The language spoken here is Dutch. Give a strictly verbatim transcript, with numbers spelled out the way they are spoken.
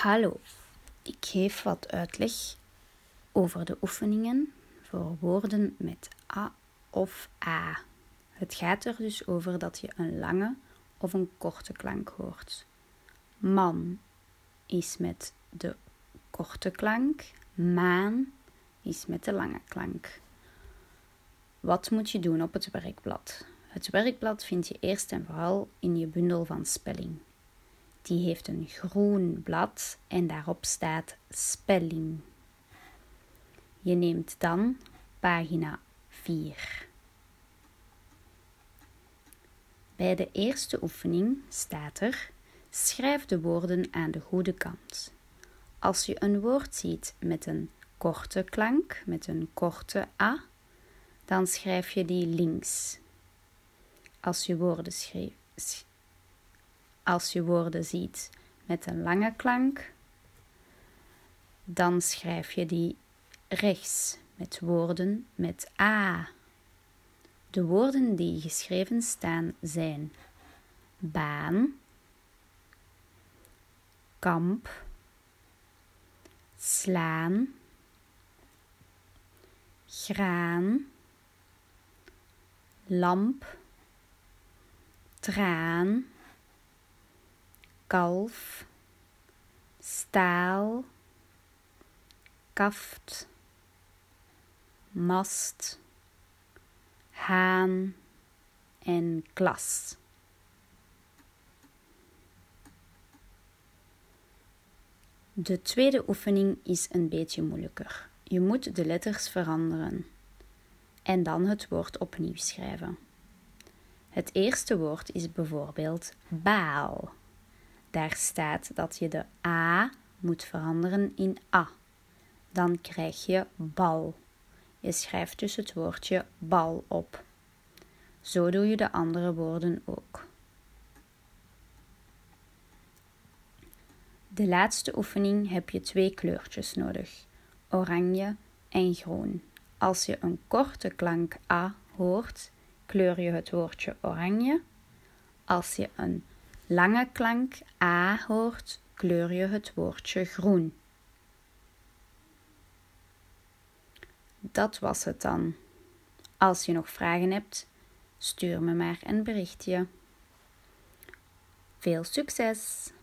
Hallo, ik geef wat uitleg over de oefeningen voor woorden met a of a. Het gaat er dus over dat je een lange of een korte klank hoort. Man is met de korte klank, maan is met de lange klank. Wat moet je doen op het werkblad? Het werkblad vind je eerst en vooral in je bundel van spelling. Die heeft een groen blad en daarop staat spelling. Je neemt dan pagina vier. Bij de eerste oefening staat er: schrijf de woorden aan de goede kant. Als je een woord ziet met een korte klank, met een korte a, dan schrijf je die links. Als je woorden schrijft, Als je woorden ziet met een lange klank, dan schrijf je die rechts met woorden met a. De woorden die geschreven staan zijn baan, kamp, slaan, graan, lamp, traan, kalf, staal, kaft, mast, haan en klas. De tweede oefening is een beetje moeilijker. Je moet de letters veranderen en dan het woord opnieuw schrijven. Het eerste woord is bijvoorbeeld baal. Daar staat dat je de a moet veranderen in a. Dan krijg je bal. Je schrijft dus het woordje bal op. Zo doe je de andere woorden ook. De laatste oefening heb je twee kleurtjes nodig. Oranje en groen. Als je een korte klank a hoort, kleur je het woordje oranje. Als je een lange klank a hoort, kleur je het woordje groen. Dat was het dan. Als je nog vragen hebt, stuur me maar een berichtje. Veel succes!